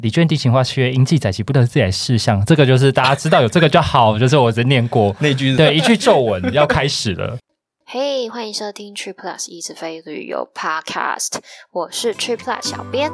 礼券定型化契约应记载其不得记载事项，这个就是大家知道有这个就好，就是我只念过那句， 对，一句咒文要开始了。 嘿，欢迎收听 Trip Plus 一直飞旅游 Podcast， 我是 Trip Plus 小编。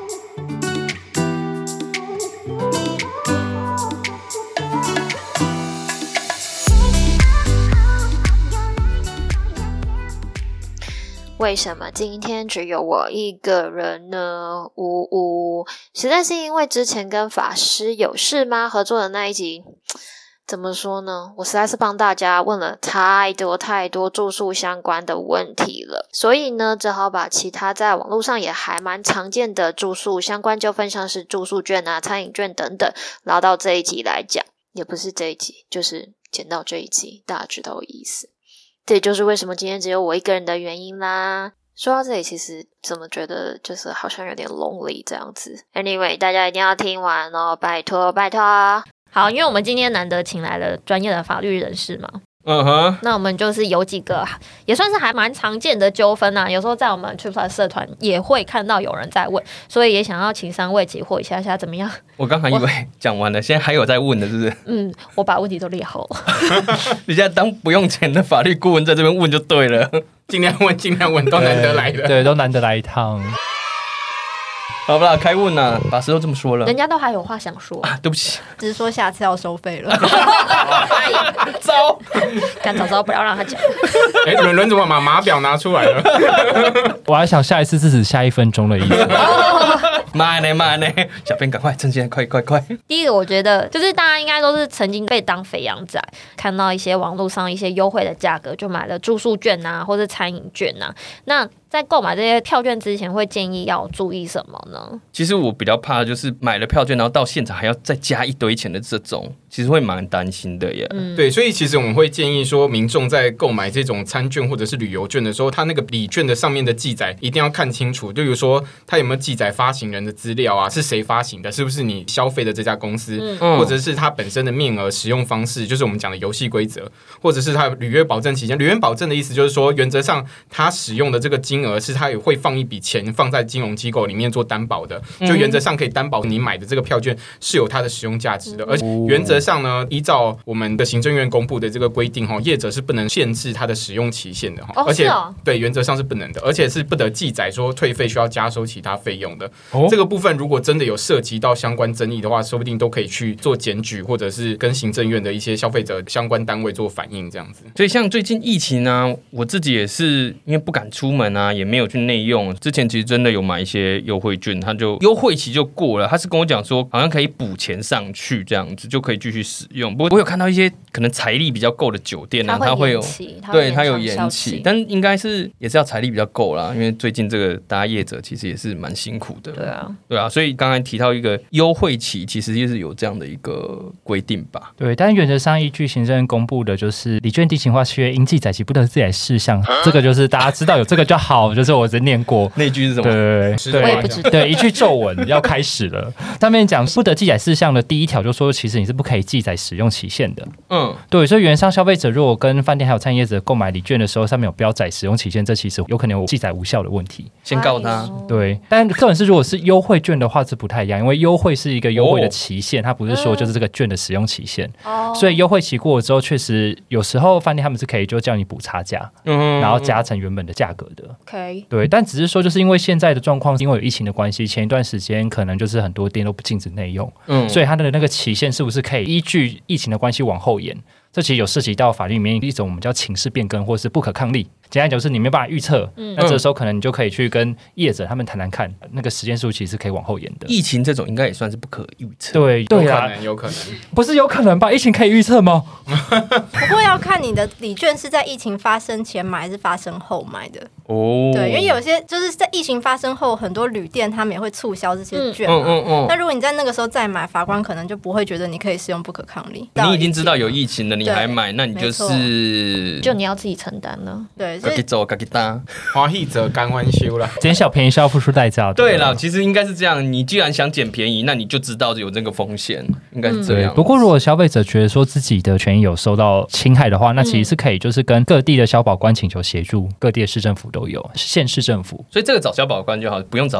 为什么今天只有我一个人呢？实在是因为之前跟法师有事吗合作的那一集，怎么说呢？我实在是帮大家问了太多住宿相关的问题了，所以呢，只好把其他在网络上也还蛮常见的住宿相关纠纷，像是住宿券啊、餐饮券等等，拉到这一集来讲，也不是这一集，就是剪到这一集，大家知道我意思。这也就是为什么今天只有我一个人的原因啦。说到这里，其实怎么觉得就是好像有点 lonely 这样子。Anyway， 大家一定要听完哦，拜托。好，因为我们今天难得请来了专业的法律人士嘛，那我们就是有几个也算是还蛮常见的纠纷啊，有时候在我们 Trip Plus 社团也会看到有人在问，所以也想要请三位解惑一下怎么样？ 我刚才以为讲完了，现在还有在问的，是不是？ 我把问题都列好了。 你现在当不用钱的法律顾问在这边问就对了， 尽量问，都难得来的， 对，都难得来一趟。 好不啦，开问啊，法师都这么说了， 人家都还有话想说啊，对不起， 只是说下次要收费了。 糟， 早不要让他讲。 伦怎么把码表拿出来了？ 我还想下一次是指下1分钟的意思。 慢呢，小编赶快趁现在快！ 第一个，我觉得就是大家应该都是曾经被当肥羊仔，看到一些网络上一些优惠的价格，就买了住宿券啊，或者餐饮券啊。那在购买这些票券之前，会建议要注意什么呢？ 其实我比较怕的就是买了票券，然后到现场还要再加一堆钱的这种，其实会蛮担心的耶。 对，所以其实我们会建议说，民众在购买这种餐券或者是旅游券的时候，他那个礼券的上面的记载一定要看清楚，就比如说他有没有记载发行人的资料啊，是谁发行的，是不是你消费的这家公司，或者是他本身的面额、使用方式，就是我们讲的游戏规则，或者是他履约保证期间。履约保证的意思就是说，原则上他使用的这个金额是他也会放一笔钱放在金融机构里面做担保的，就原则上可以担保你买的这个票券是有它的使用价值的。而且原则上呢，依照我们的行政院公布的这个规定，业者是不能限制它的使用期限的，而且对原则上是不能的，而且是不得记载说退费需要加收其他费用的。这个部分如果真的有涉及到相关争议的话，说不定都可以去做检举，或者是跟行政院的一些消费者相关单位做反映这样子。 所以像最近疫情啊，我自己也是因为不敢出门啊，也没有去内用。之前其实真的有买一些优惠券，它就优惠期就过了，他是跟我讲说好像可以补钱上去，这样子就可以继续使用。不过我有看到一些可能财力比较够的酒店啊，它会有对它有延期，但应该是也是要财力比较够啦，因为最近这个大家业者其实也是蛮辛苦的。对啊，所以刚才提到一个优惠期，其实也是有这样的一个规定吧。 对，但原则上依据行政院公布的就是礼券定型化契约应记载其不得记载事项，这个就是大家知道有这个就好，就是我只念过那句是什么？ 对， 我也不知道。 对，一句咒文要开始了。上面讲不得记载事项的第一条就说，其实你是不可以记载使用期限的。对，所以原上消费者如果跟饭店还有餐饮业者购买礼券的时候，上面有标载使用期限，这其实有可能有记载无效的问题。 先告他。 对，但个人是如果是优惠券的话，这不太一样，因为优惠是一个优惠的期限，它不是说就是这个券的使用期限。所以优惠期过了之后，确实有时候饭店他们是可以就叫你补差价，然后加成原本的价格的。对，但只是说就是因为现在的状况，因为有疫情的关系，前一段时间可能就是很多店都不禁止内用，所以它的那个期限是不是可以依据疫情的关系往后延？这其实有涉及到法律里面一种我们叫情势变更或是不可抗力。简单讲就是你没办法预测，那这时候可能你就可以去跟业者他们谈看，那个时间数其实是可以往后延的。 疫情这种应该也算是不可预测。 对啊， 有可能， 不是有可能吧？疫情可以预测吗？ 不过要看你的礼券是在疫情发生前买还是发生后买的。对，因为有些就是在疫情发生后，很多旅店他们也会促销这些券嘛。那如果你在那个时候再买，法官可能就不会觉得你可以使用不可抗力。 你已经知道有疫情了，你还买，那你就是你要自己承担了。 对， 自己走自己担， 欢喜则甘欢休啦。 捡小便宜是要付出代价的。 对啦，其实应该是这样。你既然想捡便宜，那你就知道有这个风险，应该是这样。 不过如果消费者觉得说自己的权益有受到侵害的话，那其实是可以就是跟各地的消保官请求协助，各地的市政府都有，县市政府。 所以这个找消保官就好，不用找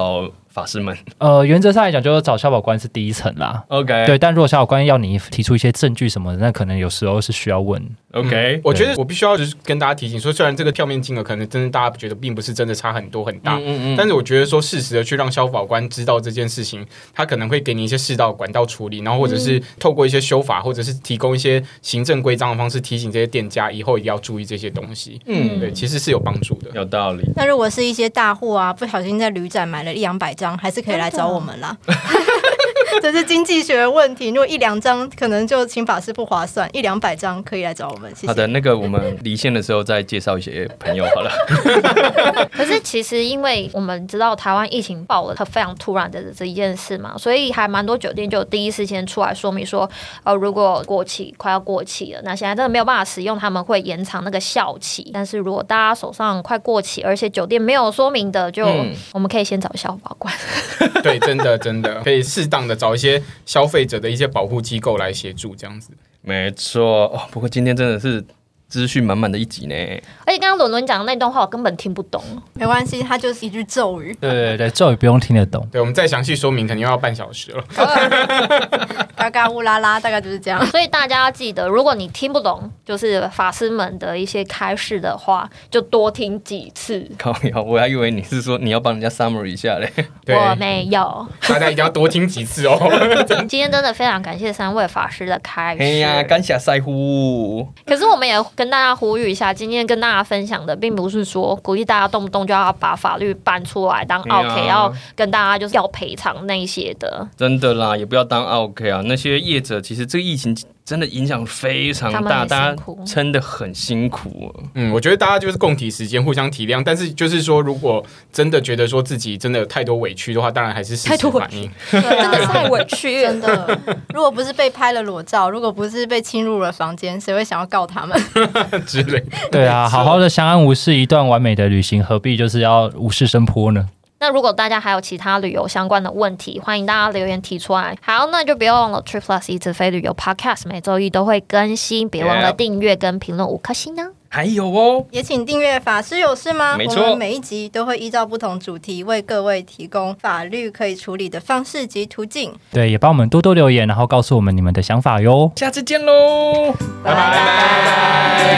法师们？ 原则上来讲，就是找消保官是第一层啦。 OK， 对，但如果消保官要你提出一些证据什么的，那可能有时候是需要问。 OK， 我觉得我必须要就是跟大家提醒说，虽然这个票面金额可能真的大家觉得并不是真的差很多很大，但是我觉得说适时的去让消保官知道这件事情，他可能会给你一些适当的管道处理，然后或者是透过一些修法，或者是提供一些行政规章的方式提醒这些店家以后也要注意这些东西。对，其实是有帮助的， 有道理。 那如果是一些大户啊，不小心在旅展买了100-200张，还是可以来找我们啦。这是经济学的问题，如果1-2张可能就请法师不划算，100-200张可以来找我们。谢谢。 好的，那个我们离线的时候再介绍一些朋友好了。 可是其实因为我们知道台湾疫情爆了，它非常突然的这一件事嘛，所以还蛮多酒店就有第一时间出来说明说，如果快要过期了，那现在真的没有办法使用，他们会延长那个效期。但是如果大家手上快过期，而且酒店没有说明的，就我们可以先找消保官。 对，真的可以适当的找一些消费者的一些保护机构来协助，这样子。 没错，不过今天真的是资讯满满的一集呢。 而且刚刚伦伦讲的那段话我根本听不懂。 没关系，它就是一句咒语。 对，咒语不用听得懂。 对，我们再详细说明肯定要半小时了。 嘎嘎乌拉拉，大概就是这样。 所以大家要记得，如果你听不懂就是法师们的一些开示的话，就多听几次。 靠腰，我还以为你是说你要帮人家 summary 一下嘞。 我没有， 大家一定要多听几次哦。 今天真的非常感谢3位法师的开示。 哎呀，感谢师父。 可是我们也跟大家呼吁一下，今天跟大家分享的，并不是说鼓励大家动不动就要把法律搬出来当 OK，要跟大家就是要赔偿那些的。 真的啦，也不要当 OK 啊。那些业者其实这个疫情真的影响非常大，大家撑得很辛苦。 我觉得大家就是共体时间，互相体谅。但是就是说，如果真的觉得说自己真的有太多委屈的话，当然还是适时反应。 真的是太委屈， 真的。如果不是被拍了裸照，如果不是被侵入了房间，谁会想要告他们之类？ 对啊，好好的相安无事，一段完美的旅行，何必就是要无事生波呢？ 那如果大家还有其他旅游相关的问题，欢迎大家留言提出来。好，那就不要忘了 TripPlus 一直飞旅游 Podcast 每周一都会更新，别忘了订阅跟评论5颗星呢。 还有哦， 也请订阅法师有事吗？ 没错， 我们每一集都会依照不同主题为各位提供法律可以处理的方式及途径。 对，也帮我们多多留言，然后告诉我们你们的想法哟。 下次见喽， 拜拜。